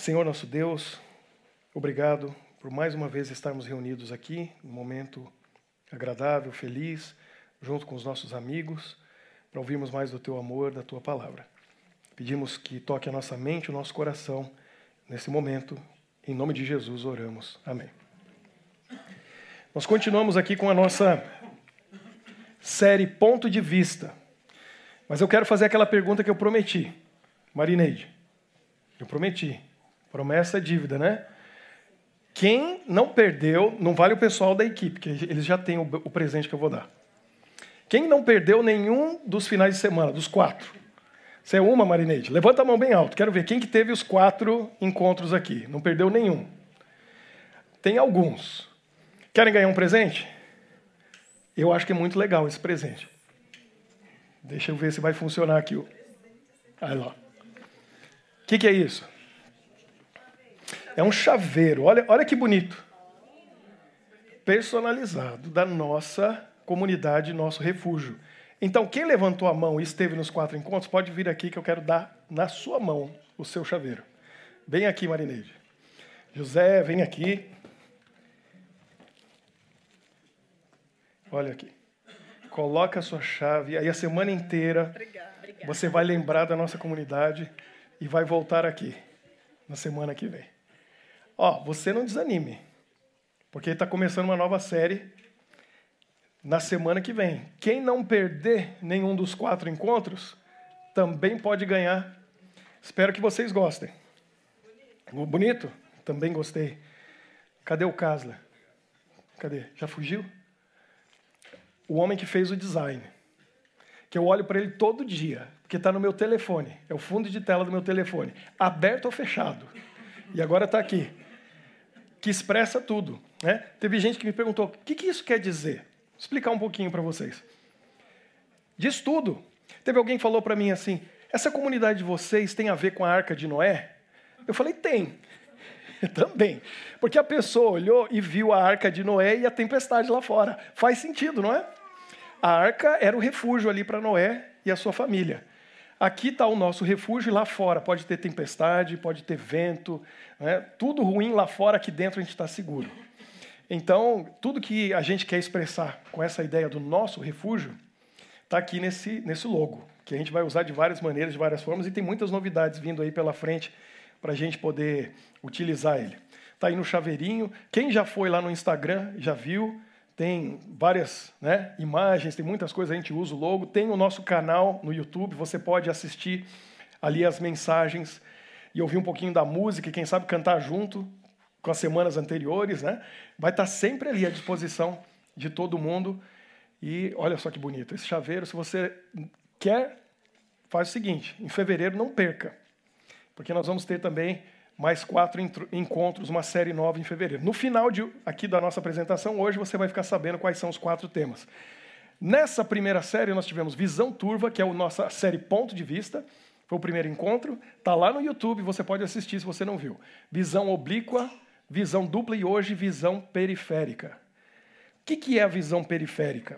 Senhor nosso Deus, obrigado por mais uma vez estarmos reunidos aqui, num momento agradável, feliz, junto com os nossos amigos, para ouvirmos mais do Teu amor, da Tua palavra. Pedimos que toque a nossa mente, o nosso coração, nesse momento. Em nome de Jesus oramos. Amém. Nós continuamos aqui com a nossa série Ponto de Vista. Mas eu quero fazer aquela pergunta que eu prometi. Marineide, eu prometi. Promessa é dívida, né? Quem não perdeu, não vale o pessoal da equipe, que eles já têm o presente que eu vou dar. Quem não perdeu nenhum dos finais de semana, dos 4? Você é uma, Marineide? Levanta a mão bem alto. Quero ver quem que teve os 4 encontros aqui. Não perdeu nenhum. Tem alguns. Querem ganhar um presente? Eu acho que é muito legal esse presente. Deixa eu ver se vai funcionar aqui. Aí lá. O que é isso? É um chaveiro. Olha que bonito. Personalizado da nossa comunidade, nosso refúgio. Então, quem levantou a mão e esteve nos 4 encontros, pode vir aqui que eu quero dar na sua mão o seu chaveiro. Vem aqui, Marineide. José, vem aqui. Olha aqui. Coloca a sua chave. Aí a semana inteira você vai lembrar da nossa comunidade e vai voltar aqui na semana que vem. Você não desanime, porque está começando uma nova série na semana que vem. Quem não perder nenhum dos 4 encontros, também pode ganhar. Espero que vocês gostem. Bonito? Também gostei. Cadê o Casler? Cadê? Já fugiu? O homem que fez o design. Que eu olho para ele todo dia, porque está no meu telefone. É o fundo de tela do meu telefone. Aberto ou fechado. E agora está aqui. Que expressa tudo. Né? Teve gente que me perguntou, o que isso quer dizer? Vou explicar um pouquinho para vocês. Diz tudo. Teve alguém que falou para mim assim, essa comunidade de vocês tem a ver com a Arca de Noé? Eu falei, tem. Também. Porque a pessoa olhou e viu a Arca de Noé e a tempestade lá fora. Faz sentido, não é? A arca era o refúgio ali para Noé e a sua família. Aqui está o nosso refúgio e lá fora pode ter tempestade, pode ter vento, né? Tudo ruim lá fora, aqui dentro a gente está seguro. Então, tudo que a gente quer expressar com essa ideia do nosso refúgio está aqui nesse logo, que a gente vai usar de várias maneiras, de várias formas, e tem muitas novidades vindo aí pela frente para a gente poder utilizar ele. Está aí no chaveirinho. Quem já foi lá no Instagram, já viu. Tem várias imagens, tem muitas coisas, a gente usa o logo. Tem o nosso canal no YouTube, você pode assistir ali as mensagens e ouvir um pouquinho da música e quem sabe cantar junto com as semanas anteriores. Né? Vai estar sempre ali à disposição de todo mundo. E olha só que bonito, esse chaveiro, se você quer, faz o seguinte, em fevereiro não perca, porque nós vamos ter também mais 4 encontros, uma série nova em fevereiro. No final aqui da nossa apresentação, hoje você vai ficar sabendo quais são os 4 temas. Nessa primeira série, nós tivemos Visão Turva, que é a nossa série Ponto de Vista. Foi o primeiro encontro. Está lá no YouTube, você pode assistir se você não viu. Visão Oblíqua, Visão Dupla e hoje Visão Periférica. O que é a visão periférica?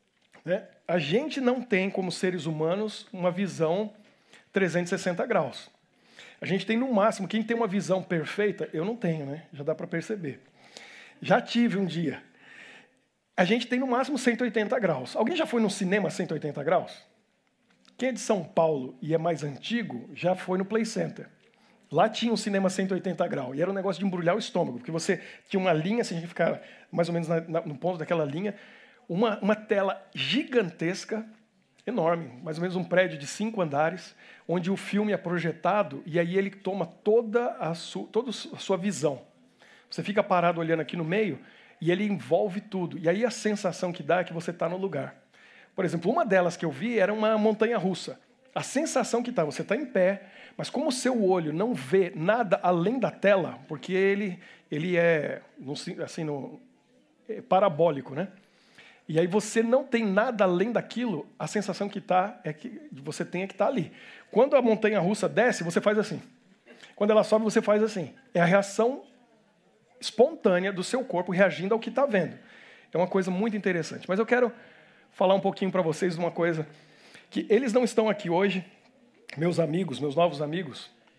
A gente não tem, como seres humanos, uma visão 360 graus. A gente tem no máximo, quem tem uma visão perfeita, eu não tenho, né? Já dá para perceber. Já tive um dia. A gente tem no máximo 180 graus. Alguém já foi no cinema 180 graus? Quem é de São Paulo e é mais antigo, já foi no Play Center. Lá tinha um cinema 180 graus. E era um negócio de embrulhar o estômago, porque você tinha uma linha, você tinha que ficar mais ou menos no ponto daquela linha, uma tela gigantesca, enorme, mais ou menos um prédio de 5 andares, onde o filme é projetado e aí ele toma toda a sua visão. Você fica parado olhando aqui no meio e ele envolve tudo. E aí a sensação que dá é que você está no lugar. Por exemplo, uma delas que eu vi era uma montanha-russa. A sensação que você está em pé, mas como o seu olho não vê nada além da tela, porque ele é parabólico, né? E aí você não tem nada além daquilo, a sensação que é que você tem que estar ali. Quando a montanha-russa desce, você faz assim. Quando ela sobe, você faz assim. É a reação espontânea do seu corpo reagindo ao que está vendo. É uma coisa muito interessante. Mas eu quero falar um pouquinho para vocês de uma coisa que eles não estão aqui hoje, meus amigos, meus novos amigos,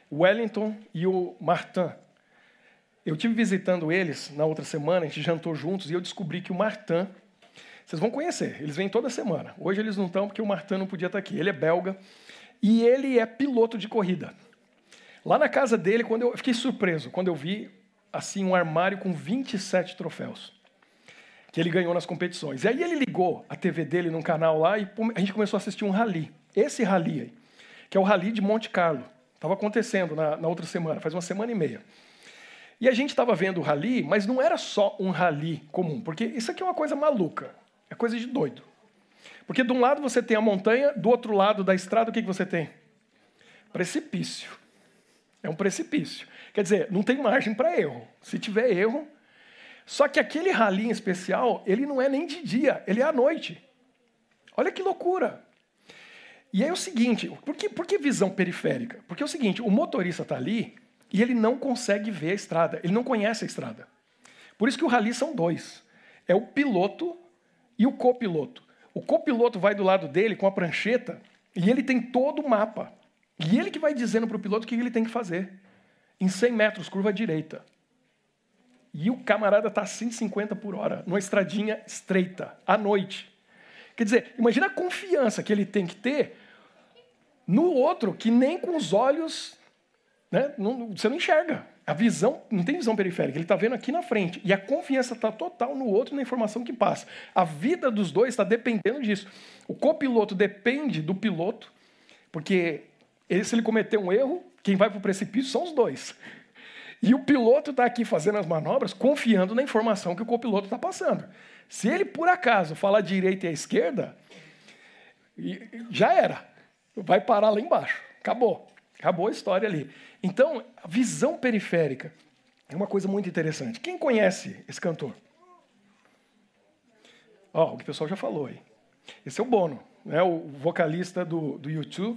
o Wellington e o Martin. Eu estive visitando eles na outra semana, a gente jantou juntos, e eu descobri que o Martin, vocês vão conhecer, eles vêm toda semana. Hoje eles não estão porque o Martin não podia estar aqui. Ele é belga e ele é piloto de corrida. Lá na casa dele, eu fiquei surpreso quando eu vi assim um armário com 27 troféus que ele ganhou nas competições. E aí ele ligou a TV dele num canal lá e a gente começou a assistir um rally. Esse rally aí, que é o rally de Monte Carlo. Estava acontecendo na outra semana, faz uma semana e meia. E a gente estava vendo o rally, mas não era só um rally comum, porque isso aqui é uma coisa maluca, é coisa de doido. Porque de um lado você tem a montanha, do outro lado da estrada o que você tem? Precipício. É um precipício. Quer dizer, não tem margem para erro. Se tiver erro... Só que aquele rally em especial, ele não é nem de dia, ele é à noite. Olha que loucura. E aí é o seguinte, por que visão periférica? Porque é o seguinte, o motorista está ali e ele não consegue ver a estrada, ele não conhece a estrada. Por isso que o rally são dois. É o piloto e o copiloto. O copiloto vai do lado dele com a prancheta e ele tem todo o mapa. E ele que vai dizendo para o piloto o que ele tem que fazer. Em 100 metros, curva direita. E o camarada está a 150 por hora, numa estradinha estreita, à noite. Quer dizer, imagina a confiança que ele tem que ter no outro, que nem com os olhos, né, você não enxerga. A visão, não tem visão periférica, ele está vendo aqui na frente. E a confiança está total no outro, na informação que passa. A vida dos dois está dependendo disso. O copiloto depende do piloto, porque se ele cometer um erro, quem vai para o precipício são os dois. E o piloto está aqui fazendo as manobras, confiando na informação que o copiloto está passando. Se ele, por acaso, falar a direita e a esquerda, já era. Vai parar lá embaixo. Acabou. Acabou a história ali. Então, a visão periférica é uma coisa muito interessante. Quem conhece esse cantor? O que o pessoal já falou aí. Esse é o Bono, né? O vocalista do U2,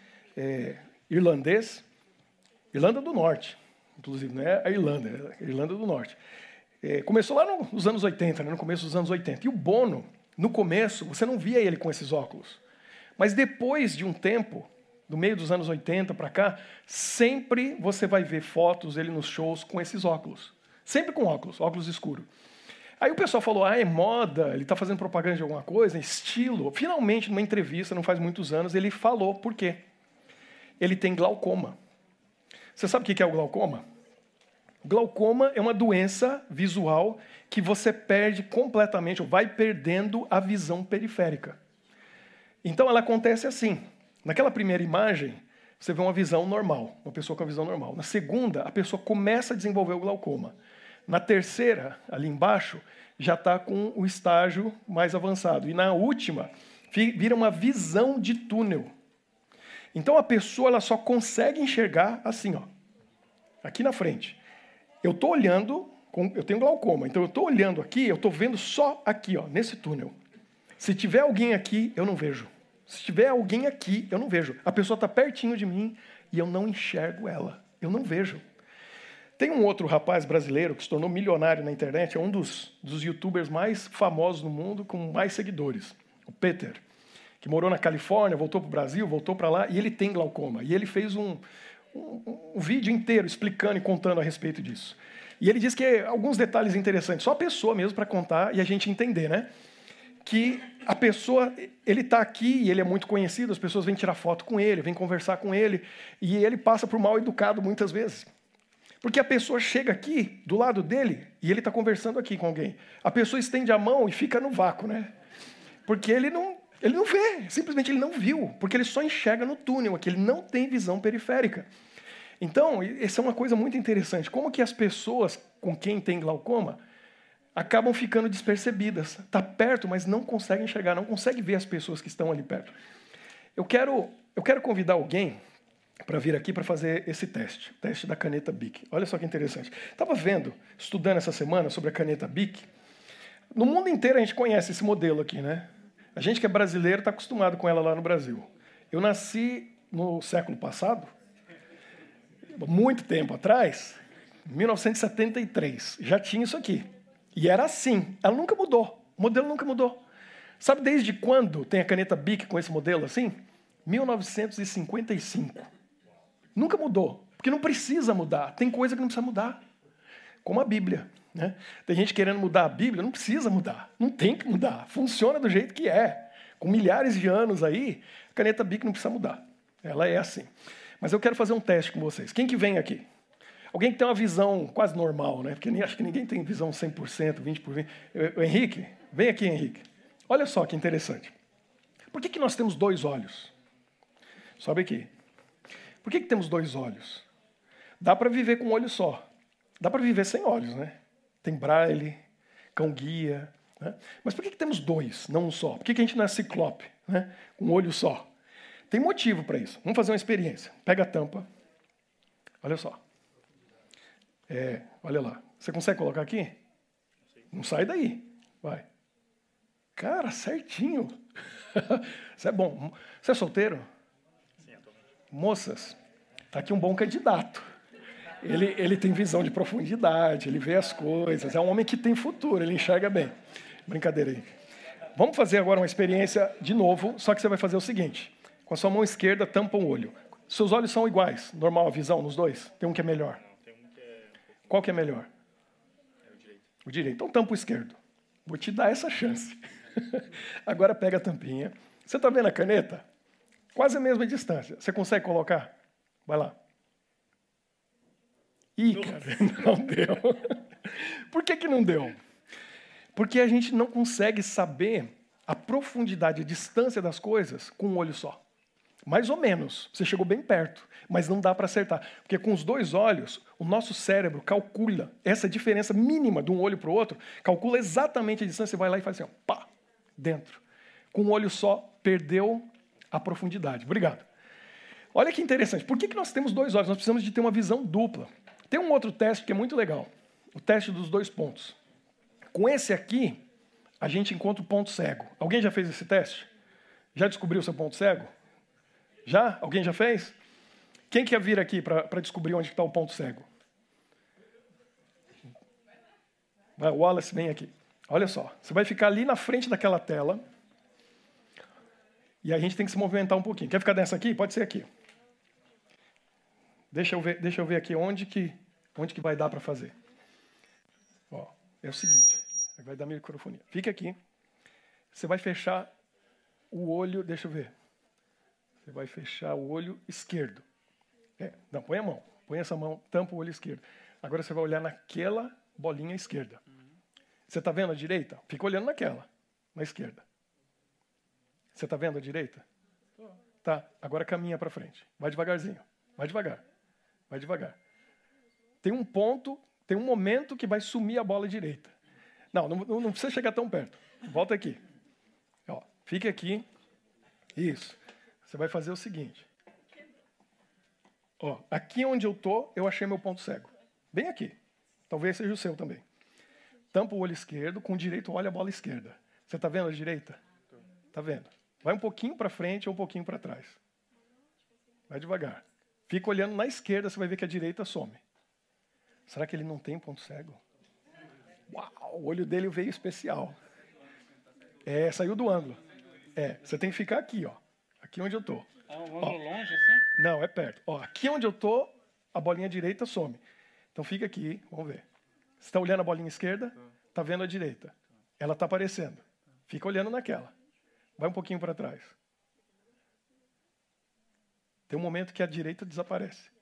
irlandês, Irlanda do Norte. Inclusive, não é a Irlanda, é a Irlanda do Norte. Começou lá nos anos 80, né, no começo dos anos 80. E o Bono, no começo, você não via ele com esses óculos. Mas depois de um tempo, do meio dos anos 80 para cá, sempre você vai ver fotos dele nos shows com esses óculos. Sempre com óculos escuros. Aí o pessoal falou, é moda, ele está fazendo propaganda de alguma coisa, estilo. Finalmente, numa entrevista, não faz muitos anos, ele falou por quê. Ele tem glaucoma. Você sabe o que é o glaucoma? Glaucoma é uma doença visual que você perde completamente, ou vai perdendo a visão periférica. Então ela acontece assim. Naquela primeira imagem, você vê uma visão normal, uma pessoa com a visão normal. Na segunda, a pessoa começa a desenvolver o glaucoma. Na terceira, ali embaixo, já está com o estágio mais avançado. E na última, vira uma visão de túnel. Então a pessoa ela só consegue enxergar assim, aqui na frente. Eu estou olhando, eu tenho glaucoma, então eu estou olhando aqui, eu estou vendo só aqui, nesse túnel. Se tiver alguém aqui, eu não vejo. Se tiver alguém aqui, eu não vejo. A pessoa está pertinho de mim e eu não enxergo ela. Eu não vejo. Tem um outro rapaz brasileiro que se tornou milionário na internet, é um dos youtubers mais famosos no mundo, com mais seguidores, o Peter, que morou na Califórnia, voltou para o Brasil, voltou para lá, e ele tem glaucoma. E ele fez um vídeo inteiro explicando e contando a respeito disso. E ele diz que alguns detalhes interessantes, só a pessoa mesmo para contar e a gente entender, né? Que a pessoa, ele está aqui e ele é muito conhecido, as pessoas vêm tirar foto com ele, vêm conversar com ele, e ele passa por mal educado muitas vezes. Porque a pessoa chega aqui, do lado dele, e ele está conversando aqui com alguém. A pessoa estende a mão e fica no vácuo, né? Porque ele não vê, simplesmente ele não viu, porque ele só enxerga no túnel aqui, ele não tem visão periférica. Então, essa é uma coisa muito interessante. Como que as pessoas com quem tem glaucoma acabam ficando despercebidas. Está perto, mas não consegue enxergar, não consegue ver as pessoas que estão ali perto. Eu quero convidar alguém para vir aqui para fazer esse teste, o teste da caneta Bic. Olha só que interessante. Estava estudando essa semana sobre a caneta Bic. No mundo inteiro a gente conhece esse modelo aqui, né? A gente que é brasileiro está acostumado com ela lá no Brasil. Eu nasci no século passado, muito tempo atrás, 1973, já tinha isso aqui. E era assim, ela nunca mudou, o modelo nunca mudou. Sabe desde quando tem a caneta Bic com esse modelo assim? 1955. Nunca mudou. Porque não precisa mudar. Tem coisa que não precisa mudar. Como a Bíblia. Né? Tem gente querendo mudar a Bíblia, não precisa mudar. Não tem que mudar. Funciona do jeito que é. Com milhares de anos aí, a caneta Bic não precisa mudar. Ela é assim. Mas eu quero fazer um teste com vocês. Quem que vem aqui? Alguém que tem uma visão quase normal, né? Porque acho que ninguém tem visão 100%, 20%. O Henrique, vem aqui, Henrique. Olha só que interessante. Por que nós temos 2 olhos? Sobe aqui. Por que temos 2 olhos? Dá para viver com um olho só. Dá para viver sem olhos, né? Tem braille, cão-guia. Né? Mas por que temos 2, não um só? Por que a gente não é ciclope, né? Com um olho só? Tem motivo para isso. Vamos fazer uma experiência. Pega a tampa. Olha só. Olha lá. Você consegue colocar aqui? Não sai daí. Vai. Cara, certinho. Isso é bom. Você é solteiro? Sim, atualmente. Moças, está aqui um bom candidato. Ele tem visão de profundidade, ele vê as coisas. É um homem que tem futuro, ele enxerga bem. Brincadeira aí. Vamos fazer agora uma experiência de novo, só que você vai fazer o seguinte. Com a sua mão esquerda, tampa um olho. Seus olhos são iguais, normal a visão nos 2? Tem um que é melhor. Tem um que é... Qual que é melhor? É o direito. O direito. Então tampa o esquerdo. Vou te dar essa chance. Agora pega a tampinha. Você está vendo a caneta? Quase a mesma distância. Você consegue colocar? Vai lá. Ih, cara, não deu. Por que não deu? Porque a gente não consegue saber a profundidade, a distância das coisas com um olho só. Mais ou menos. Você chegou bem perto, mas não dá para acertar. Porque com os 2 olhos, o nosso cérebro calcula essa diferença mínima de um olho para o outro, calcula exatamente a distância, você vai lá e faz assim, ó, pá, dentro. Com um olho só, perdeu a profundidade. Obrigado. Olha que interessante. Por que nós temos 2 olhos? Nós precisamos de ter uma visão dupla. Tem um outro teste que é muito legal. O teste dos 2 pontos. Com esse aqui, a gente encontra o ponto cego. Alguém já fez esse teste? Já descobriu o seu ponto cego? Já? Alguém já fez? Quem quer vir aqui para descobrir onde está o ponto cego? Vai, Wallace, vem aqui. Olha só, você vai ficar ali na frente daquela tela e a gente tem que se movimentar um pouquinho. Quer ficar nessa aqui? Pode ser aqui. Deixa eu ver aqui onde que vai dar para fazer. Ó, é o seguinte, vai dar microfonia. Fica aqui. Você vai fechar o olho, deixa eu ver. Você vai fechar o olho esquerdo. Não, põe a mão. Põe essa mão, tampa o olho esquerdo. Agora você vai olhar naquela bolinha esquerda. Você está vendo a direita? Fica olhando naquela, na esquerda. Você está vendo a direita? Tá, agora caminha para frente. Vai devagarzinho. Vai devagar. Vai devagar. Tem um ponto, tem um momento que vai sumir a bola direita. Não precisa chegar tão perto. Volta aqui. Ó, fique aqui. Isso. Você vai fazer o seguinte. Ó, aqui onde eu estou, eu achei meu ponto cego. Bem aqui. Talvez seja o seu também. Tampa o olho esquerdo, com o direito olha a bola esquerda. Você está vendo a direita? Está vendo? Vai um pouquinho para frente ou um pouquinho para trás. Vai devagar. Fica olhando na esquerda, você vai ver que a direita some. Será que ele não tem ponto cego? Uau, o olho dele veio especial. Saiu do ângulo. Você tem que ficar aqui, ó. Aqui onde eu estou. Um ângulo longe, assim? Não, é perto. Ó, aqui onde eu estou, a bolinha direita some. Então fica aqui, vamos ver. Você está olhando a bolinha esquerda? Está vendo a direita. Ela está aparecendo. Fica olhando naquela. Vai um pouquinho para trás. Tem um momento que a direita desaparece.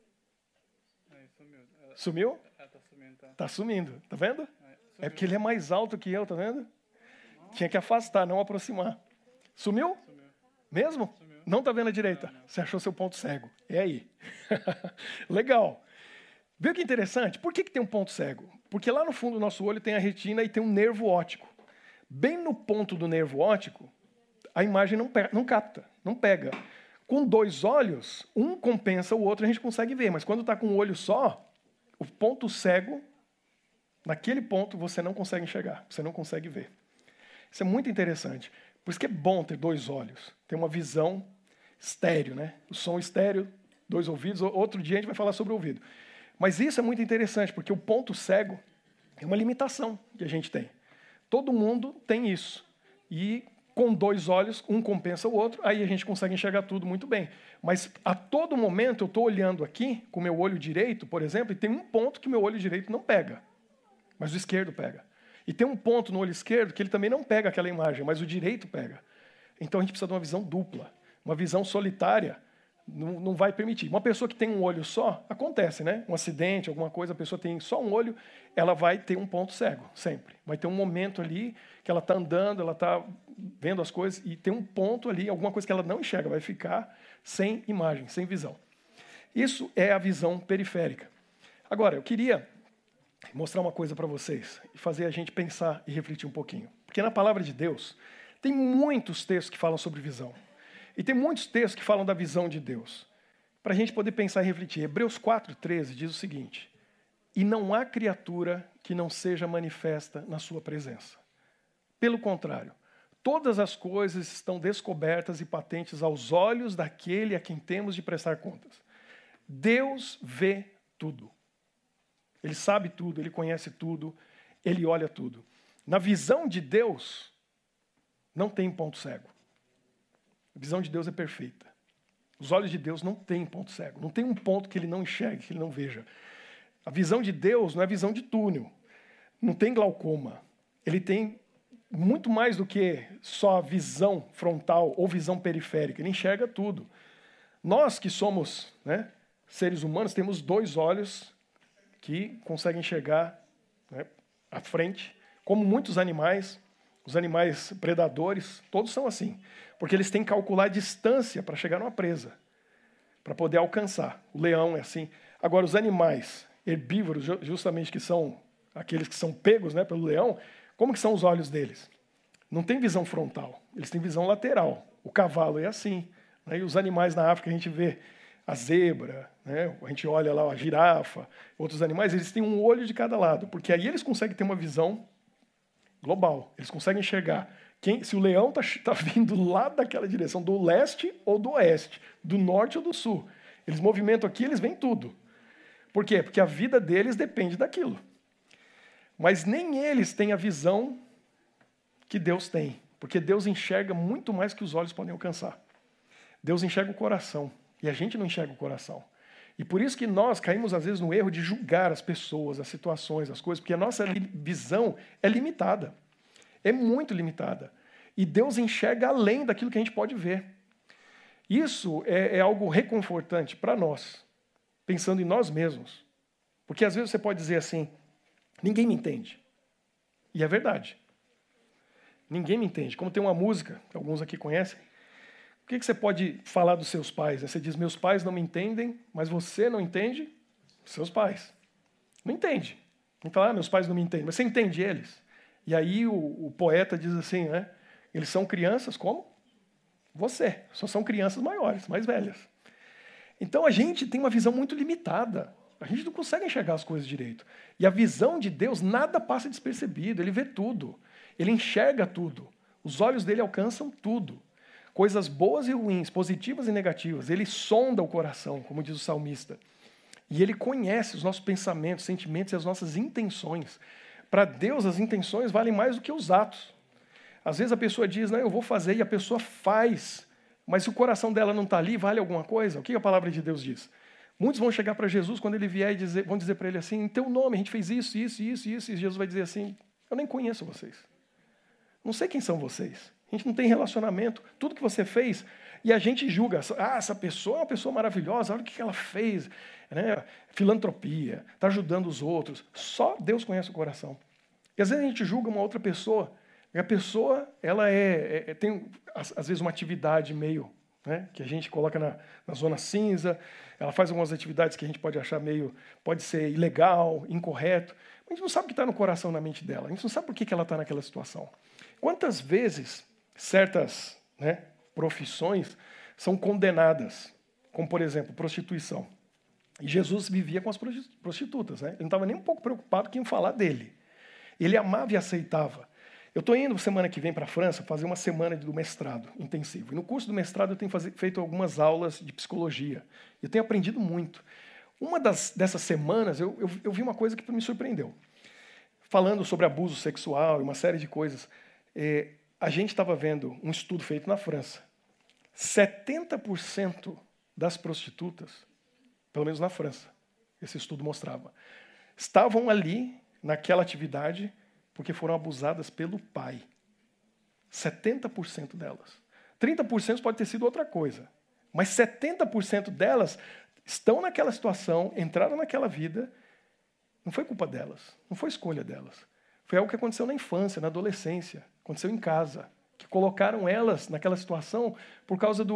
Sumiu. Sumiu? Tá sumindo, tá. Tá sumindo. Tá vendo? Sumiu. Porque ele é mais alto que eu, tá vendo? Tinha que afastar, não aproximar. Sumiu? Sumiu. Mesmo? Sumiu. Não tá vendo a direita? Não. Você achou seu ponto cego. É aí. Legal. Viu que interessante? Por que tem um ponto cego? Porque lá no fundo do nosso olho tem a retina e tem um nervo óptico. Bem no ponto do nervo óptico, a imagem não capta, não pega. Com 2 olhos, um compensa o outro, a gente consegue ver. Mas quando está com um olho só, o ponto cego, naquele ponto você não consegue enxergar, você não consegue ver. Isso é muito interessante. Por isso que é bom ter 2 olhos, ter uma visão estéreo, né? O som estéreo, 2 ouvidos. Outro dia a gente vai falar sobre o ouvido. Mas isso é muito interessante, porque o ponto cego é uma limitação que a gente tem. Todo mundo tem isso. E com 2 olhos, um compensa o outro, aí a gente consegue enxergar tudo muito bem. Mas a todo momento eu estou olhando aqui, com o meu olho direito, por exemplo, e tem um ponto que meu olho direito não pega, mas o esquerdo pega. E tem um ponto no olho esquerdo que ele também não pega aquela imagem, mas o direito pega. Então a gente precisa de uma visão dupla. Uma visão solitária não vai permitir. Uma pessoa que tem um olho só, acontece, né? Um acidente, alguma coisa, a pessoa tem só um olho, ela vai ter um ponto cego, sempre. Vai ter um momento ali que ela está andando, ela está vendo as coisas, e tem um ponto ali, alguma coisa que ela não enxerga, vai ficar sem imagem, sem visão. Isso é a visão periférica. Agora, eu queria mostrar uma coisa para vocês, e fazer a gente pensar e refletir um pouquinho. Porque na palavra de Deus, tem muitos textos que falam sobre visão. E tem muitos textos que falam da visão de Deus. Para a gente poder pensar e refletir. Hebreus 4,13 diz o seguinte: e não há criatura que não seja manifesta na sua presença. Pelo contrário, todas as coisas estão descobertas e patentes aos olhos daquele a quem temos de prestar contas. Deus vê tudo. Ele sabe tudo, ele conhece tudo, ele olha tudo. Na visão de Deus, não tem ponto cego. A visão de Deus é perfeita. Os olhos de Deus não têm ponto cego. Não tem um ponto que ele não enxergue, que ele não veja. A visão de Deus não é visão de túnel. Não tem glaucoma. Ele tem muito mais do que só a visão frontal ou visão periférica. Ele enxerga tudo. Nós que somos, né, seres humanos, temos 2 olhos que conseguem enxergar, né, à frente, como muitos animais. Os animais predadores, todos são assim. Porque eles têm que calcular a distância para chegar numa presa, para poder alcançar. O leão é assim. Agora, os animais herbívoros, justamente que são aqueles que são pegos, né, pelo leão, como que são os olhos deles? Não tem visão frontal, eles têm visão lateral. O cavalo é assim. Né, e os animais na África, a gente vê a zebra, né, a gente olha lá a girafa, outros animais, eles têm um olho de cada lado, porque aí eles conseguem ter uma visão global. Eles conseguem enxergar se o leão está vindo lá daquela direção, do leste ou do oeste, do norte ou do sul. Eles movimentam aqui, eles veem tudo. Por quê? Porque a vida deles depende daquilo. Mas nem eles têm a visão que Deus tem, porque Deus enxerga muito mais que os olhos podem alcançar. Deus enxerga o coração, e a gente não enxerga o coração. E por isso que nós caímos, às vezes, no erro de julgar as pessoas, as situações, as coisas, porque a nossa visão é limitada. É muito limitada. E Deus enxerga além daquilo que a gente pode ver. Isso é algo reconfortante para nós, pensando em nós mesmos. Porque às vezes você pode dizer assim, ninguém me entende. E é verdade. Ninguém me entende. Como tem uma música, que alguns aqui conhecem, o que você pode falar dos seus pais? Você diz, meus pais não me entendem, mas você não entende seus pais. Não entende. Não fala, meus pais não me entendem, mas você entende eles. E aí o poeta diz assim, né? Eles são crianças como você. Só são crianças maiores, mais velhas. Então a gente tem uma visão muito limitada. A gente não consegue enxergar as coisas direito. E a visão de Deus, nada passa despercebido. Ele vê tudo. Ele enxerga tudo. Os olhos dele alcançam tudo. Coisas boas e ruins, positivas e negativas. Ele sonda o coração, como diz o salmista. E ele conhece os nossos pensamentos, sentimentos e as nossas intenções. Para Deus, as intenções valem mais do que os atos. Às vezes a pessoa diz, não, eu vou fazer, e a pessoa faz. Mas se o coração dela não está ali, vale alguma coisa? O que a palavra de Deus diz? Muitos vão chegar para Jesus quando ele vier e vão dizer para ele assim, em teu nome, a gente fez isso, isso, isso, isso. E Jesus vai dizer assim, eu nem conheço vocês. Não sei quem são vocês. A gente não tem relacionamento. Tudo que você fez, e a gente julga, essa pessoa é uma pessoa maravilhosa, olha o que ela fez. Né? Filantropia, está ajudando os outros. Só Deus conhece o coração. E às vezes a gente julga uma outra pessoa, e a pessoa ela tem, às vezes, uma atividade meio, né, que a gente coloca na zona cinza, ela faz algumas atividades que a gente pode achar pode ser ilegal, incorreto, mas a gente não sabe o que está no coração, na mente dela, a gente não sabe por que ela está naquela situação. Quantas vezes certas, né, profissões são condenadas, como, por exemplo, prostituição. E Jesus vivia com as prostitutas, né? Ele não estava nem um pouco preocupado com falar dele. Ele amava e aceitava. Eu estou indo semana que vem para a França fazer uma semana do mestrado intensivo. E no curso do mestrado eu tenho feito algumas aulas de psicologia. Eu tenho aprendido muito. Uma dessas semanas eu vi uma coisa que me surpreendeu. Falando sobre abuso sexual e uma série de coisas. a gente estava vendo um estudo feito na França. 70% das prostitutas, pelo menos na França, esse estudo mostrava, estavam ali naquela atividade porque foram abusadas pelo pai. 70% delas. 30% pode ter sido outra coisa. Mas 70% delas estão naquela situação, entraram naquela vida. Não foi culpa delas, não foi escolha delas. Foi algo que aconteceu na infância, na adolescência, aconteceu em casa, que colocaram elas naquela situação por causa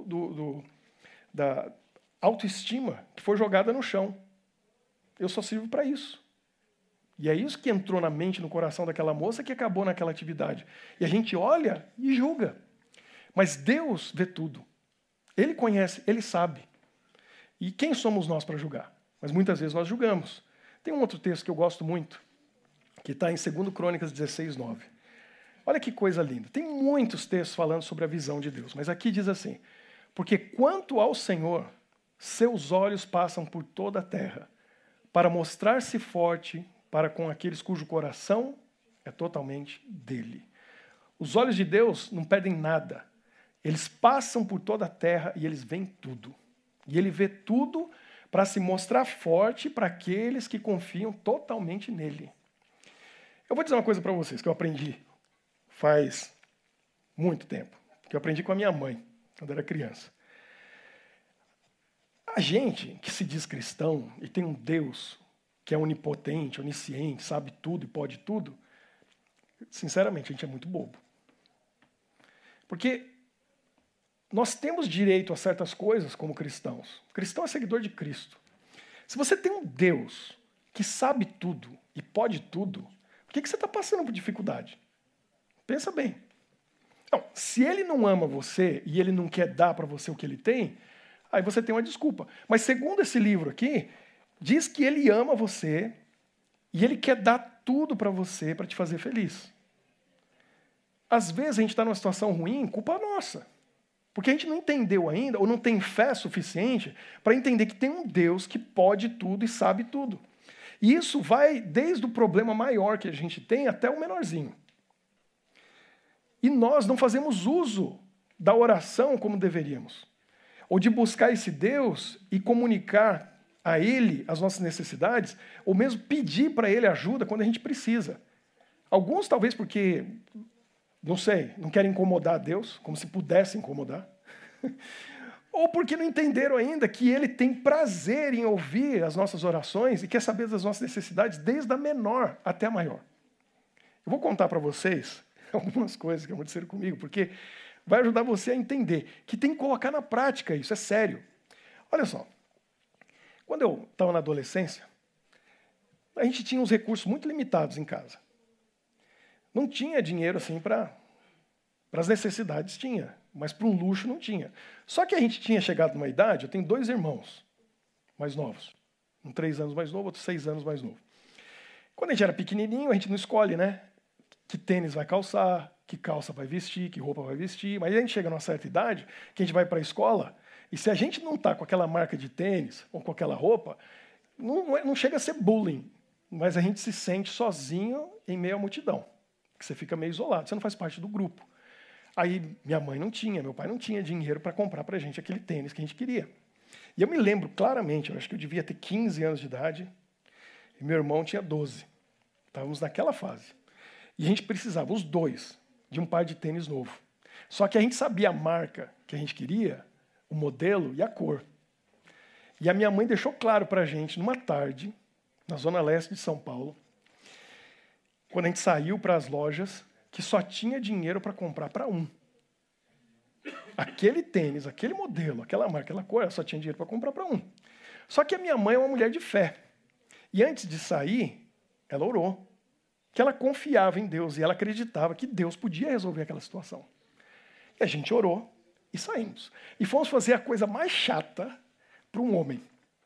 da autoestima que foi jogada no chão. Eu só sirvo para isso. E é isso que entrou na mente, no coração daquela moça que acabou naquela atividade. E a gente olha e julga. Mas Deus vê tudo. Ele conhece, Ele sabe. E quem somos nós para julgar? Mas muitas vezes nós julgamos. Tem um outro texto que eu gosto muito, que está em 2 Crônicas 16, 9. Olha que coisa linda. Tem muitos textos falando sobre a visão de Deus, mas aqui diz assim: porque quanto ao Senhor, seus olhos passam por toda a terra, para mostrar-se forte para com aqueles cujo coração é totalmente dele. Os olhos de Deus não pedem nada. Eles passam por toda a terra e eles veem tudo. E ele vê tudo para se mostrar forte para aqueles que confiam totalmente nele. Eu vou dizer uma coisa para vocês que eu aprendi faz muito tempo, que eu aprendi com a minha mãe, quando era criança. A gente que se diz cristão e tem um Deus que é onipotente, onisciente, sabe tudo e pode tudo, sinceramente, a gente é muito bobo. Porque nós temos direito a certas coisas como cristãos. O cristão é seguidor de Cristo. Se você tem um Deus que sabe tudo e pode tudo, por que você está passando por dificuldade? Pensa bem. Não, se ele não ama você e ele não quer dar para você o que ele tem, aí você tem uma desculpa. Mas segundo esse livro aqui, diz que ele ama você e ele quer dar tudo para você para te fazer feliz. Às vezes a gente está numa situação ruim, culpa nossa. Porque a gente não entendeu ainda, ou não tem fé suficiente para entender que tem um Deus que pode tudo e sabe tudo. E isso vai desde o problema maior que a gente tem até o menorzinho. E nós não fazemos uso da oração como deveríamos. Ou de buscar esse Deus e comunicar a Ele as nossas necessidades, ou mesmo pedir para Ele ajuda quando a gente precisa. Alguns talvez porque, não sei, não querem incomodar Deus, como se pudesse incomodar. Ou porque não entenderam ainda que Ele tem prazer em ouvir as nossas orações e quer saber das nossas necessidades, desde a menor até a maior. Eu vou contar para vocês algumas coisas que aconteceram comigo, porque vai ajudar você a entender que tem que colocar na prática isso, é sério. Olha só, quando eu estava na adolescência, a gente tinha uns recursos muito limitados em casa. Não tinha dinheiro assim para as necessidades, tinha, mas para um luxo não tinha. Só que a gente tinha chegado numa idade, eu tenho 2 irmãos mais novos, um 3 anos mais novo, outro 6 anos mais novo. Quando a gente era pequenininho, a gente não escolhe, né? Que tênis vai calçar, que calça vai vestir, que roupa vai vestir, mas a gente chega numa certa idade, que a gente vai para a escola, e se a gente não está com aquela marca de tênis ou com aquela roupa, não chega a ser bullying, mas a gente se sente sozinho em meio à multidão, que você fica meio isolado, você não faz parte do grupo. Aí minha mãe não tinha, meu pai não tinha dinheiro para comprar para a gente aquele tênis que a gente queria. E eu me lembro claramente, eu acho que eu devia ter 15 anos de idade, e meu irmão tinha 12. Estávamos naquela fase. E a gente precisava, os dois, de um par de tênis novo. Só que a gente sabia a marca que a gente queria, o modelo e a cor. E a minha mãe deixou claro para a gente, numa tarde, na zona leste de São Paulo, quando a gente saiu para as lojas, que só tinha dinheiro para comprar para um. Aquele tênis, aquele modelo, aquela marca, aquela cor, ela só tinha dinheiro para comprar para um. Só que a minha mãe é uma mulher de fé. E antes de sair, ela orou. Que ela confiava em Deus e ela acreditava que Deus podia resolver aquela situação. E a gente orou e saímos. E fomos fazer a coisa mais chata para um homem,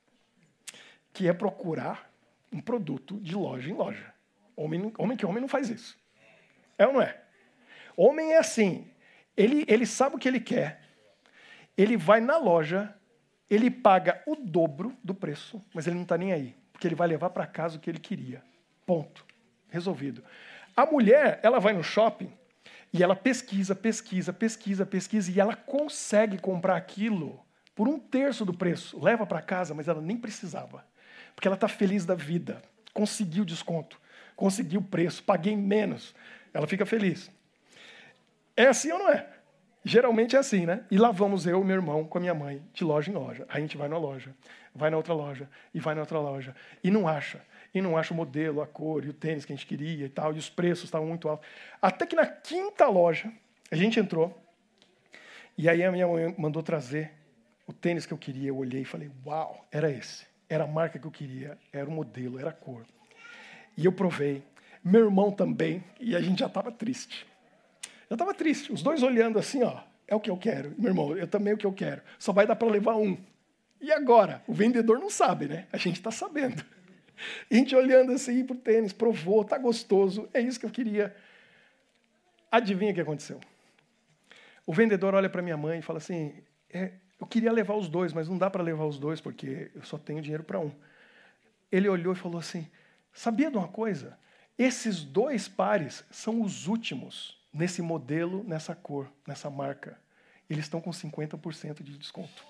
que é procurar um produto de loja em loja. Homem não faz isso. É ou não é? Homem é assim, ele sabe o que ele quer, ele vai na loja, ele paga o dobro do preço, mas ele não está nem aí, porque ele vai levar para casa o que ele queria. Ponto. Resolvido. A mulher, ela vai no shopping, E ela pesquisa, e ela consegue comprar aquilo por 1/3 do preço. Leva para casa, mas ela nem precisava. Porque ela está feliz da vida. Conseguiu desconto, conseguiu o preço, paguei menos. Ela fica feliz. É assim ou não é? Geralmente é assim, né? E lá vamos eu e meu irmão com a minha mãe, de loja em loja. A gente vai na loja, vai na outra loja, e vai na outra loja. E não acha. E não acha o modelo, a cor, e o tênis que a gente queria e tal. E os preços estavam muito altos. Até que na 5ª loja, a gente entrou. E aí a minha mãe mandou trazer o tênis que eu queria. Eu olhei e falei, uau, era esse. Era a marca que eu queria, era o modelo, era a cor. E eu provei. Meu irmão também. E a gente já estava triste. Eu estava triste, os dois olhando assim, ó, é o que eu quero. Meu irmão, eu também é o que eu quero. Só vai dar para levar um. E agora? O vendedor não sabe, né? A gente está sabendo. A gente olhando assim pro tênis, provou, tá gostoso, é isso que eu queria. Adivinha o que aconteceu? O vendedor olha para minha mãe e fala assim, eu queria levar os dois, mas não dá para levar os dois porque eu só tenho dinheiro para um. Ele olhou e falou assim, sabia de uma coisa? Esses 2 pares são os últimos nesse modelo, nessa cor, nessa marca. Eles estão com 50% de desconto.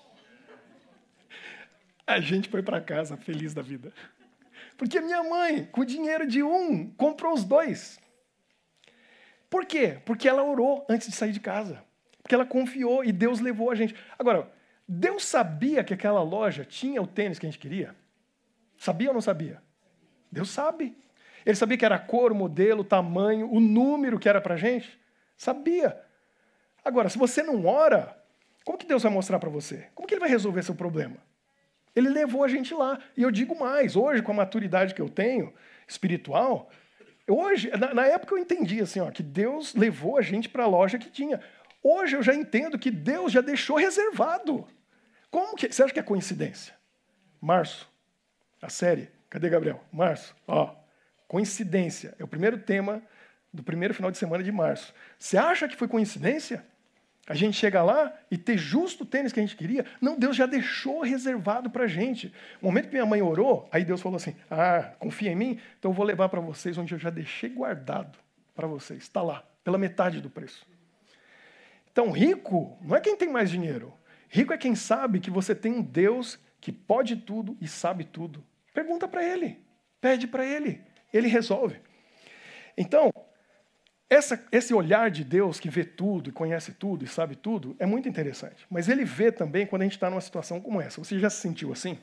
A gente foi para casa feliz da vida. Porque minha mãe, com o dinheiro de um, comprou os 2. Por quê? Porque ela orou antes de sair de casa. Porque ela confiou e Deus levou a gente. Agora, Deus sabia que aquela loja tinha o tênis que a gente queria? Sabia ou não sabia? Deus sabe. Ele sabia que era a cor, o modelo, o tamanho, o número que era para a gente? Sabia. Agora, se você não ora, como que Deus vai mostrar para você? Como que Ele vai resolver seu problema? Ele levou a gente lá. E eu digo mais, hoje, com a maturidade que eu tenho, espiritual, hoje, na época eu entendi assim, ó, que Deus levou a gente para a loja que tinha. Hoje eu já entendo que Deus já deixou reservado. Como que... Você acha que é coincidência? Março, a série. Cadê Gabriel? Março, ó. Coincidência. É o primeiro tema do primeiro final de semana de março. Você acha que foi coincidência? A gente chega lá e ter justo o tênis que a gente queria? Não, Deus já deixou reservado para a gente. No momento que minha mãe orou, aí Deus falou assim, confia em mim? Então eu vou levar para vocês onde eu já deixei guardado para vocês. Está lá, pela metade do preço. Então, rico não é quem tem mais dinheiro. Rico é quem sabe que você tem um Deus que pode tudo e sabe tudo. Pergunta para Ele, pede para Ele. Ele resolve. Então, esse olhar de Deus que vê tudo, e conhece tudo e sabe tudo, é muito interessante. Mas Ele vê também quando a gente está numa situação como essa. Você já se sentiu assim?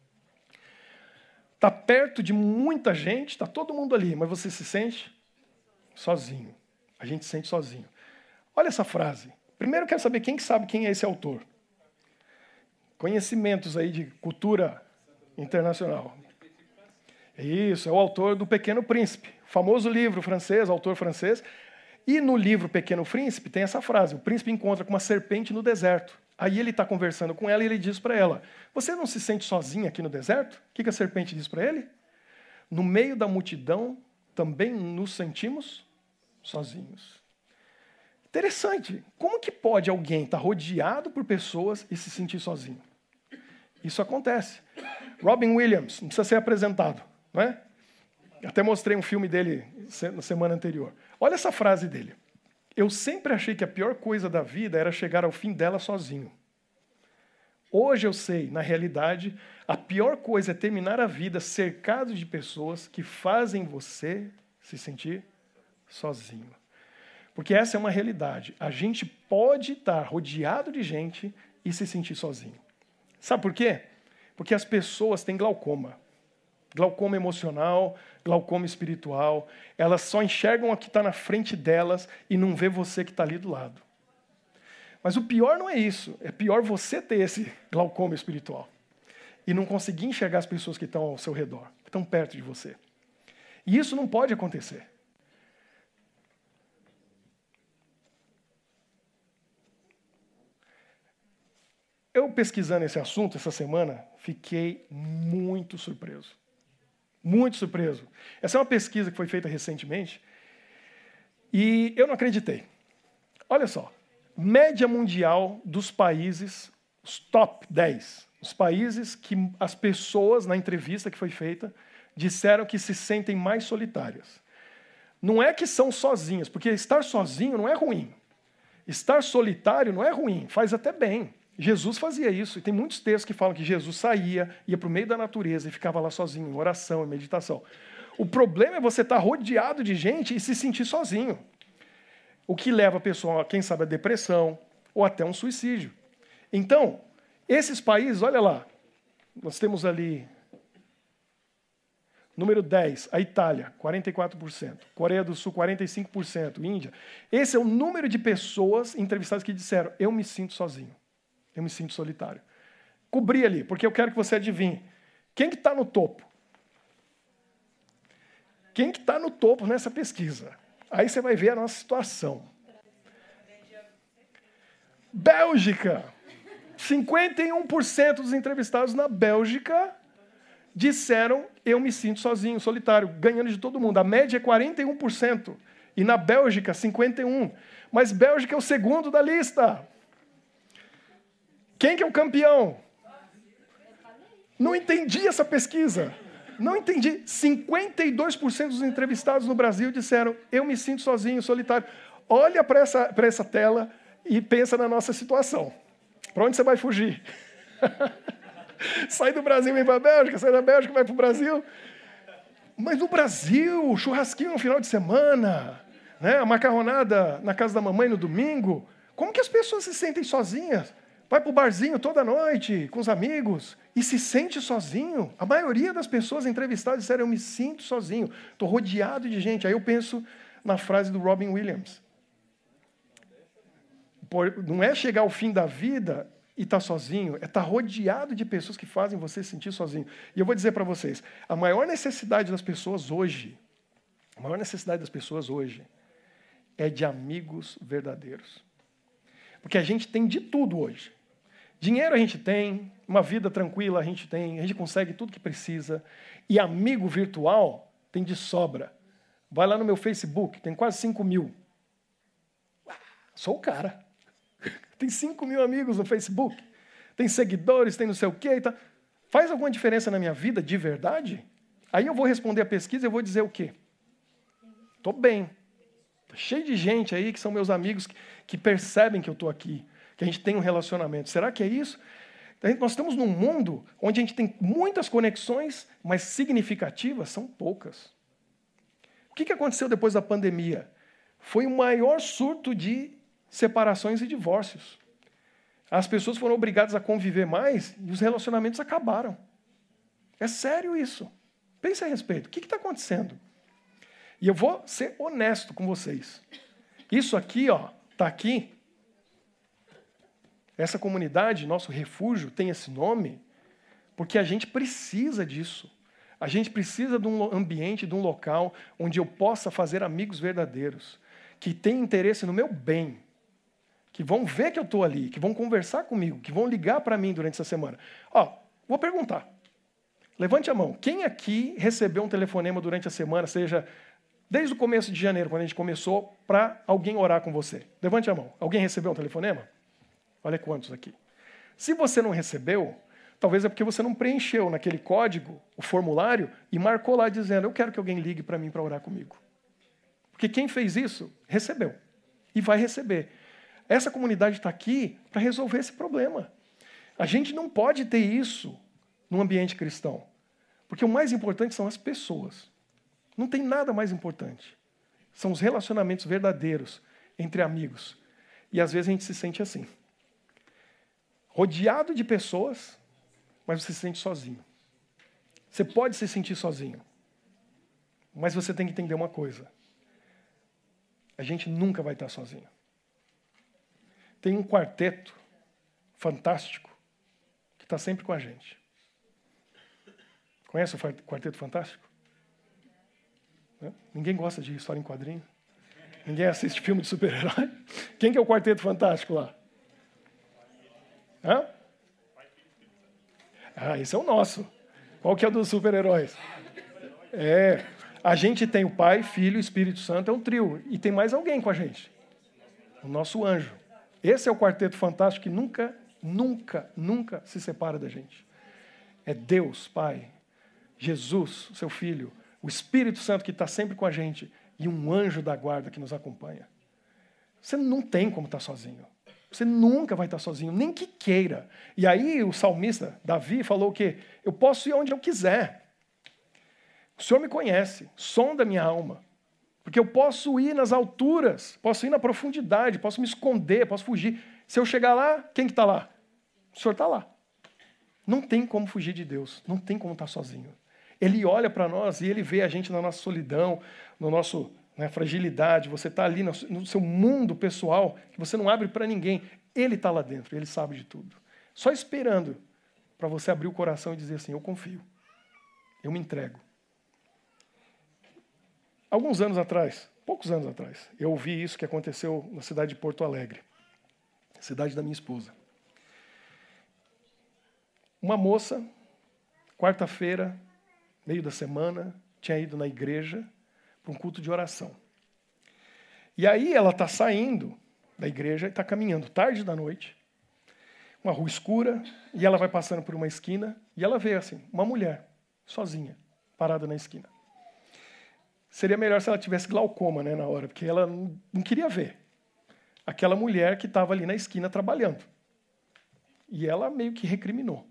Está perto de muita gente, está todo mundo ali, mas você se sente sozinho. A gente se sente sozinho. Olha essa frase. Primeiro eu quero saber quem sabe quem é esse autor. Conhecimentos aí de cultura internacional. Isso, é o autor do Pequeno Príncipe, famoso livro francês, autor francês. E no livro Pequeno Príncipe tem essa frase, o príncipe encontra com uma serpente no deserto. Aí ele está conversando com ela e ele diz para ela, você não se sente sozinha aqui no deserto? O que a serpente diz para ele? No meio da multidão também nos sentimos sozinhos. Interessante, como que pode alguém estar rodeado por pessoas e se sentir sozinho? Isso acontece. Robin Williams, não precisa ser apresentado. Não é? Até mostrei um filme dele na semana anterior. Olha essa frase dele. Eu sempre achei que a pior coisa da vida era chegar ao fim dela sozinho. Hoje eu sei, na realidade, a pior coisa é terminar a vida cercado de pessoas que fazem você se sentir sozinho. Porque essa é uma realidade. A gente pode estar rodeado de gente e se sentir sozinho. Sabe por quê? Porque as pessoas têm glaucoma. Glaucoma emocional, glaucoma espiritual. Elas só enxergam o que está na frente delas e não vê você que está ali do lado. Mas o pior não é isso. É pior você ter esse glaucoma espiritual e não conseguir enxergar as pessoas que estão ao seu redor, que estão perto de você. E isso não pode acontecer. Eu, pesquisando esse assunto essa semana, fiquei muito surpreso. Muito surpreso. Essa é uma pesquisa que foi feita recentemente e eu não acreditei. Olha só, média mundial dos países, os top 10, os países que as pessoas, na entrevista que foi feita, disseram que se sentem mais solitárias. Não é que são sozinhas, porque estar sozinho não é ruim. Estar solitário não é ruim, faz até bem. Jesus fazia isso, e tem muitos textos que falam que Jesus saía, ia para o meio da natureza e ficava lá sozinho, em oração, em meditação. O problema é você estar rodeado de gente e se sentir sozinho. O que leva a pessoa, quem sabe, a depressão ou até um suicídio. Então, esses países, olha lá, nós temos ali, número 10, a Itália, 44%, Coreia do Sul, 45%, Índia. Esse é o número de pessoas entrevistadas que disseram, eu me sinto sozinho, eu me sinto solitário. Cobri ali, porque eu quero que você adivinhe. Quem que está no topo? Quem que está no topo nessa pesquisa? Aí você vai ver a nossa situação. Bélgica. 51% dos entrevistados na Bélgica disseram, eu me sinto sozinho, solitário, ganhando de todo mundo. A média é 41%. E na Bélgica, 51%. Mas Bélgica é o segundo da lista. Quem que é o campeão? Não entendi essa pesquisa. Não entendi. 52% dos entrevistados no Brasil disseram, eu me sinto sozinho, solitário. Olha para essa tela e pensa na nossa situação. Para onde você vai fugir? Sai do Brasil e vem para a Bélgica, sai da Bélgica e vai para o Brasil. Mas no Brasil, churrasquinho no final de semana, né? A macarronada na casa da mamãe no domingo. Como que as pessoas se sentem sozinhas? Vai para o barzinho toda noite com os amigos e se sente sozinho. A maioria das pessoas entrevistadas disseram, eu me sinto sozinho, estou rodeado de gente. Aí eu penso na frase do Robin Williams. Não é chegar ao fim da vida e estar sozinho, é estar rodeado de pessoas que fazem você se sentir sozinho. E eu vou dizer para vocês, a maior necessidade das pessoas hoje é de amigos verdadeiros. Porque a gente tem de tudo hoje. Dinheiro a gente tem, uma vida tranquila a gente tem, a gente consegue tudo que precisa. E amigo virtual tem de sobra. Vai lá no meu Facebook, tem quase 5 mil. Sou o cara. Tem 5 mil amigos no Facebook. Tem seguidores, tem não sei o quê. Tá. Faz alguma diferença na minha vida de verdade? Aí eu vou responder a pesquisa e eu vou dizer o quê? Estou bem. Tá cheio de gente aí que são meus amigos que percebem que eu estou aqui, que a gente tem um relacionamento. Será que é isso? Nós estamos num mundo onde a gente tem muitas conexões, mas significativas são poucas. O que aconteceu depois da pandemia? Foi o maior surto de separações e divórcios. As pessoas foram obrigadas a conviver mais e os relacionamentos acabaram. É sério isso. Pense a respeito. O que está acontecendo? E eu vou ser honesto com vocês. Isso aqui, está aqui. Essa comunidade, nosso refúgio, tem esse nome porque a gente precisa disso. A gente precisa de um ambiente, de um local onde eu possa fazer amigos verdadeiros, que têm interesse no meu bem, que vão ver que eu estou ali, que vão conversar comigo, que vão ligar para mim durante essa semana. Vou perguntar. Levante a mão. Quem aqui recebeu um telefonema durante a semana, seja desde o começo de janeiro, quando a gente começou, para alguém orar com você? Levante a mão. Alguém recebeu um telefonema? Olha quantos aqui. Se você não recebeu, talvez é porque você não preencheu naquele código, o formulário, e marcou lá dizendo, eu quero que alguém ligue para mim para orar comigo. Porque quem fez isso, recebeu. E vai receber. Essa comunidade está aqui para resolver esse problema. A gente não pode ter isso no ambiente cristão. Porque o mais importante são as pessoas. Não tem nada mais importante. São os relacionamentos verdadeiros entre amigos. E às vezes a gente se sente assim. Rodeado de pessoas, mas você se sente sozinho. Você pode se sentir sozinho. Mas você tem que entender uma coisa. A gente nunca vai estar sozinho. Tem um quarteto fantástico que está sempre com a gente. Conhece o Quarteto Fantástico? Ninguém gosta de história em quadrinho. Ninguém assiste filme de super-herói. Quem que é o Quarteto Fantástico lá? Esse é o nosso. Qual que é o dos super-heróis? A gente tem o Pai, Filho e Espírito Santo, é um trio. E tem mais alguém com a gente. O nosso anjo. Esse é o Quarteto Fantástico que nunca, nunca, nunca se separa da gente. É Deus, Pai, Jesus, seu Filho, o Espírito Santo que está sempre com a gente. e um anjo da guarda que nos acompanha. Você não tem como estar sozinho. Você nunca vai estar sozinho, nem que queira. E aí o salmista, Davi, falou o quê? Eu posso ir onde eu quiser. O Senhor me conhece, sonda minha alma. Porque eu posso ir nas alturas, posso ir na profundidade, posso me esconder, posso fugir. Se eu chegar lá, quem que está lá? O Senhor está lá. Não tem como fugir de Deus, não tem como estar sozinho. Ele olha para nós e ele vê a gente na nossa solidão, no nosso fragilidade. Você está ali no seu mundo pessoal, que você não abre para ninguém. Ele está lá dentro, ele sabe de tudo. Só esperando para você abrir o coração e dizer assim, eu confio, eu me entrego. Alguns anos atrás, poucos anos atrás, eu ouvi isso que aconteceu na cidade de Porto Alegre, cidade da minha esposa. Uma moça, quarta-feira, meio da semana, tinha ido na igreja para um culto de oração. E aí ela está saindo da igreja e está caminhando tarde da noite, uma rua escura, e ela vai passando por uma esquina, e ela vê assim, uma mulher, sozinha, parada na esquina. Seria melhor se ela tivesse glaucoma, na hora, porque ela não queria ver aquela mulher que estava ali na esquina trabalhando. E ela meio que recriminou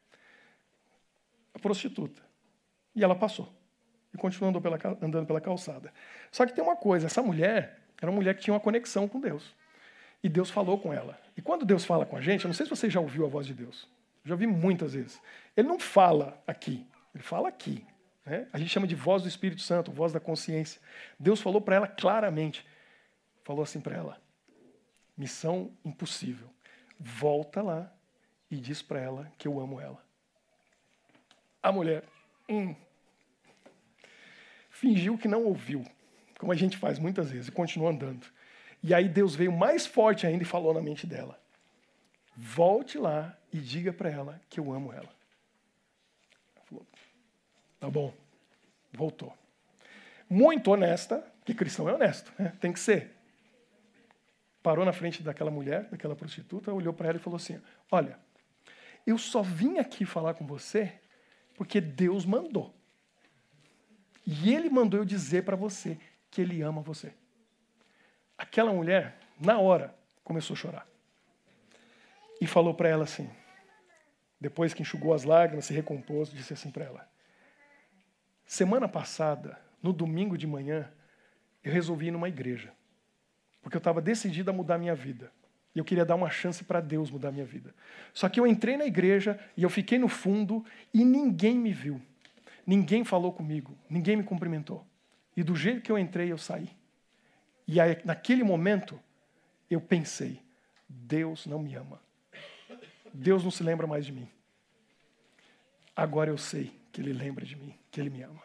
a prostituta. E ela passou. E continuou andando pela calçada. Só que tem uma coisa, essa mulher era uma mulher que tinha uma conexão com Deus. E Deus falou com ela. E quando Deus fala com a gente, eu não sei se você já ouviu a voz de Deus. Eu já ouvi muitas vezes. Ele não fala aqui, ele fala aqui. A gente chama de voz do Espírito Santo, voz da consciência. Deus falou para ela claramente. Falou assim para ela, missão impossível. Volta lá e diz para ela que eu amo ela. A mulher fingiu que não ouviu, como a gente faz muitas vezes, e continuou andando. E aí Deus veio mais forte ainda e falou na mente dela, volte lá e diga para ela que eu amo ela. Ela falou, tá bom, voltou. Muito honesta, porque cristão é honesto, tem que ser. Parou na frente daquela mulher, daquela prostituta, olhou para ela e falou assim, olha, eu só vim aqui falar com você porque Deus mandou. E Ele mandou eu dizer para você que Ele ama você. Aquela mulher, na hora, começou a chorar. E falou para ela assim, depois que enxugou as lágrimas, se recompôs, disse assim para ela, semana passada, no domingo de manhã, eu resolvi ir numa igreja. Porque eu estava decidido a mudar a minha vida. E eu queria dar uma chance para Deus mudar a minha vida. Só que eu entrei na igreja e eu fiquei no fundo e ninguém me viu. Ninguém falou comigo. Ninguém me cumprimentou. E do jeito que eu entrei, eu saí. E aí, naquele momento, eu pensei, Deus não me ama. Deus não se lembra mais de mim. Agora eu sei que Ele lembra de mim, que Ele me ama.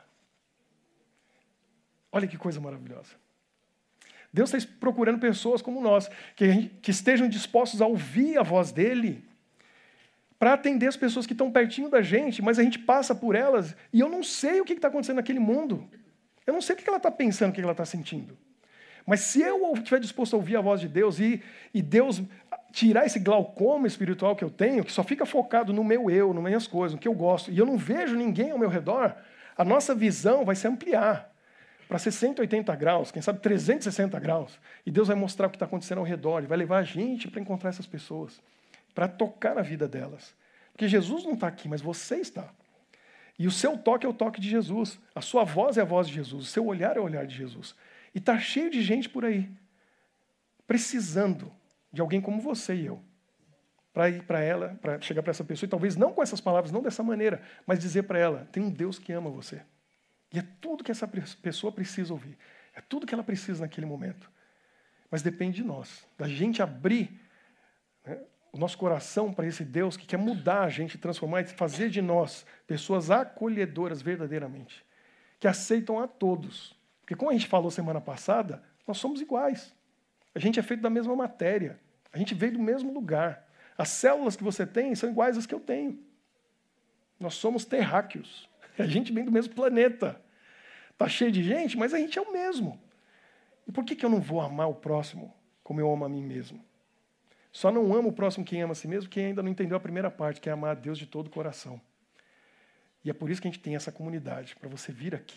Olha que coisa maravilhosa. Deus está procurando pessoas como nós, que estejam dispostos a ouvir a voz dEle, para atender as pessoas que estão pertinho da gente, mas a gente passa por elas, e eu não sei o que está acontecendo naquele mundo. Eu não sei o que ela está pensando, o que ela está sentindo. Mas se eu estiver disposto a ouvir a voz de Deus, e Deus tirar esse glaucoma espiritual que eu tenho, que só fica focado no meu eu, nas minhas coisas, no que eu gosto, e eu não vejo ninguém ao meu redor, a nossa visão vai se ampliar para ser 180 graus, quem sabe 360 graus. E Deus vai mostrar o que está acontecendo ao redor. Ele vai levar a gente para encontrar essas pessoas, para tocar na vida delas. Porque Jesus não está aqui, mas você está. E o seu toque é o toque de Jesus. A sua voz é a voz de Jesus. O seu olhar é o olhar de Jesus. E está cheio de gente por aí, precisando de alguém como você e eu, para ir para ela, para chegar para essa pessoa, e talvez não com essas palavras, não dessa maneira, mas dizer para ela, tem um Deus que ama você. E é tudo que essa pessoa precisa ouvir. É tudo que ela precisa naquele momento. Mas depende de nós, da gente abrir o nosso coração para esse Deus que quer mudar a gente, transformar e fazer de nós pessoas acolhedoras verdadeiramente, que aceitam a todos. Porque como a gente falou semana passada, nós somos iguais. A gente é feito da mesma matéria. A gente veio do mesmo lugar. As células que você tem são iguais às que eu tenho. Nós somos terráqueos. A gente vem do mesmo planeta. Está cheio de gente, mas a gente é o mesmo. E por que eu não vou amar o próximo como eu amo a mim mesmo? Só não amo o próximo quem ama a si mesmo, quem ainda não entendeu a primeira parte, que é amar a Deus de todo o coração. E é por isso que a gente tem essa comunidade, para você vir aqui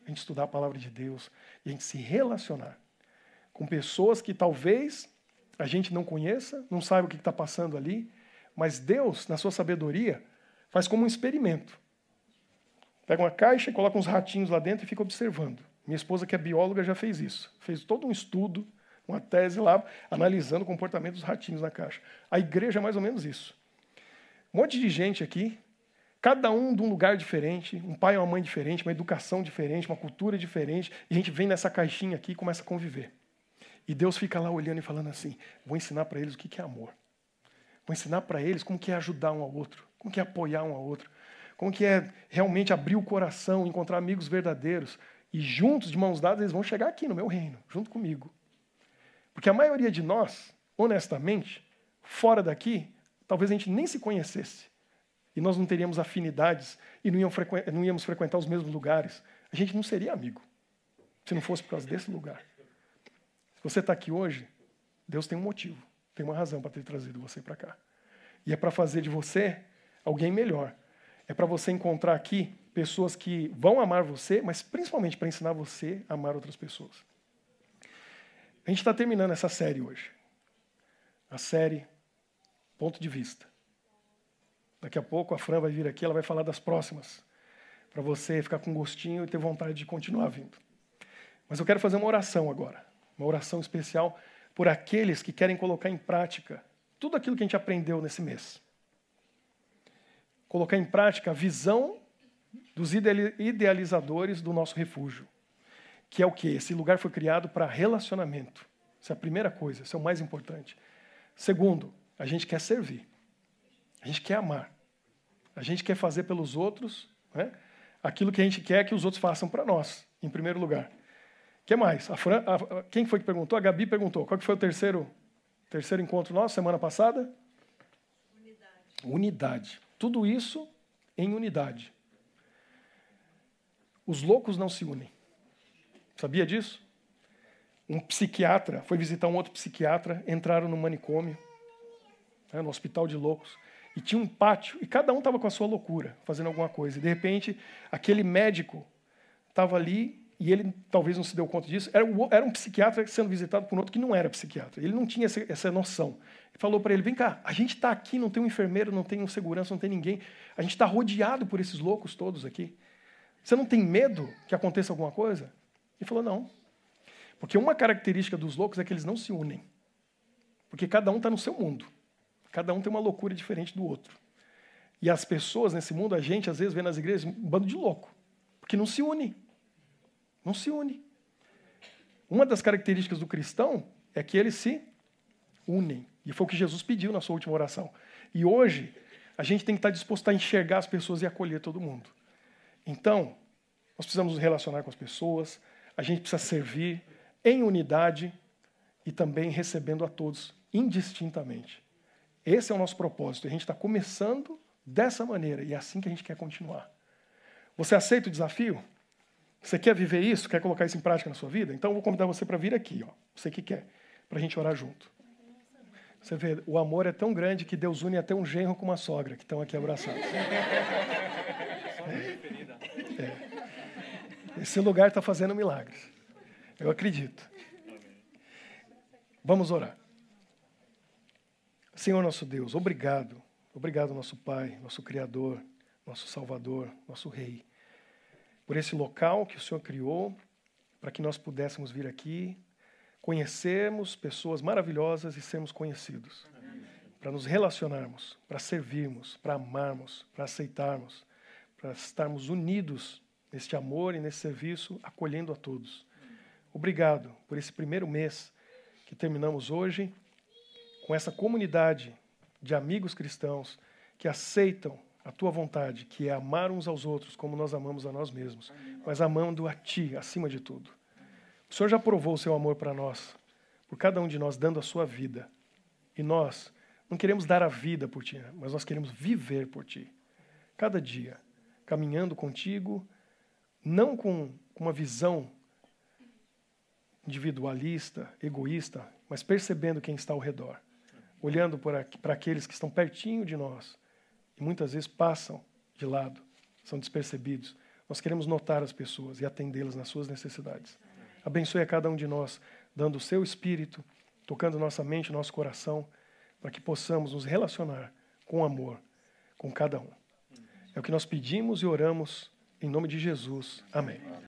a gente estudar a palavra de Deus e a gente se relacionar com pessoas que talvez a gente não conheça, não saiba o que está passando ali, mas Deus, na sua sabedoria, faz como um experimento. Pega uma caixa e coloca uns ratinhos lá dentro e fica observando. Minha esposa, que é bióloga, já fez isso. Fez todo um estudo, uma tese lá, analisando o comportamento dos ratinhos na caixa. A igreja é mais ou menos isso. Um monte de gente aqui, cada um de um lugar diferente, um pai e uma mãe diferente, uma educação diferente, uma cultura diferente, e a gente vem nessa caixinha aqui e começa a conviver. E Deus fica lá olhando e falando assim, vou ensinar para eles o que é amor. Vou ensinar para eles como que é ajudar um ao outro, como que é apoiar um ao outro, como que é realmente abrir o coração, encontrar amigos verdadeiros. E juntos, de mãos dadas, eles vão chegar aqui no meu reino, junto comigo. Porque a maioria de nós, honestamente, fora daqui, talvez a gente nem se conhecesse. E nós não teríamos afinidades e não íamos frequentar os mesmos lugares. A gente não seria amigo, se não fosse por causa desse lugar. Se você está aqui hoje, Deus tem um motivo, tem uma razão para ter trazido você para cá. E é para fazer de você alguém melhor. É para você encontrar aqui pessoas que vão amar você, mas principalmente para ensinar você a amar outras pessoas. A gente está terminando essa série hoje. A série Ponto de Vista. Daqui a pouco a Fran vai vir aqui, ela vai falar das próximas, para você ficar com gostinho e ter vontade de continuar vindo. Mas eu quero fazer uma oração agora, uma oração especial por aqueles que querem colocar em prática tudo aquilo que a gente aprendeu nesse mês. Colocar em prática a visão dos idealizadores do nosso refúgio, que é o quê? Esse lugar foi criado para relacionamento. Essa é a primeira coisa, isso é o mais importante. Segundo, a gente quer servir. A gente quer amar. A gente quer fazer pelos outros, né, aquilo que a gente quer que os outros façam para nós, em primeiro lugar. O que mais? Quem foi que perguntou? A Gabi perguntou. Qual que foi o terceiro encontro nosso, semana passada? Unidade. Tudo isso em unidade. Os loucos não se unem. Sabia disso? Um psiquiatra foi visitar um outro psiquiatra, entraram no manicômio, no hospital de loucos, e tinha um pátio, e cada um estava com a sua loucura, fazendo alguma coisa. E, de repente, aquele médico estava ali, e ele talvez não se deu conta disso, era um psiquiatra sendo visitado por um outro que não era psiquiatra. Ele não tinha essa noção. Ele falou para ele, vem cá, a gente está aqui, não tem um enfermeiro, não tem um segurança, não tem ninguém. A gente está rodeado por esses loucos todos aqui. Você não tem medo que aconteça alguma coisa? Ele falou, não. Porque uma característica dos loucos é que eles não se unem. Porque cada um está no seu mundo. Cada um tem uma loucura diferente do outro. E as pessoas nesse mundo, a gente às vezes vê nas igrejas um bando de louco. Porque não se une. Não se une. Uma das características do cristão é que eles se unem. E foi o que Jesus pediu na sua última oração. E hoje, a gente tem que estar disposto a enxergar as pessoas e acolher todo mundo. Então, nós precisamos nos relacionar com as pessoas, a gente precisa servir em unidade e também recebendo a todos indistintamente. Esse é o nosso propósito. A gente está começando dessa maneira e é assim que a gente quer continuar. Você aceita o desafio? Você quer viver isso? Quer colocar isso em prática na sua vida? Então eu vou convidar você para vir aqui, você que quer, para a gente orar junto. Você vê, o amor é tão grande que Deus une até um genro com uma sogra, que estão aqui abraçados. Esse lugar está fazendo milagres. Eu acredito. Vamos orar. Senhor nosso Deus, obrigado. Obrigado, nosso Pai, nosso Criador, nosso Salvador, nosso Rei, por esse local que o Senhor criou, para que nós pudéssemos vir aqui, conhecermos pessoas maravilhosas e sermos conhecidos. Para nos relacionarmos, para servirmos, para amarmos, para aceitarmos, para estarmos unidos neste amor e nesse serviço, acolhendo a todos. Obrigado por esse primeiro mês que terminamos hoje, com essa comunidade de amigos cristãos que aceitam a tua vontade, que é amar uns aos outros como nós amamos a nós mesmos, mas amando a ti acima de tudo. O Senhor já provou o seu amor para nós, por cada um de nós dando a sua vida. E nós não queremos dar a vida por ti, mas nós queremos viver por ti. Cada dia, caminhando contigo, não com uma visão individualista, egoísta, mas percebendo quem está ao redor. Olhando para aqueles que estão pertinho de nós e muitas vezes passam de lado, são despercebidos. Nós queremos notar as pessoas e atendê-las nas suas necessidades. Abençoe a cada um de nós, dando o seu espírito, tocando nossa mente, nosso coração, para que possamos nos relacionar com amor com cada um. É o que nós pedimos e oramos em nome de Jesus. Amém.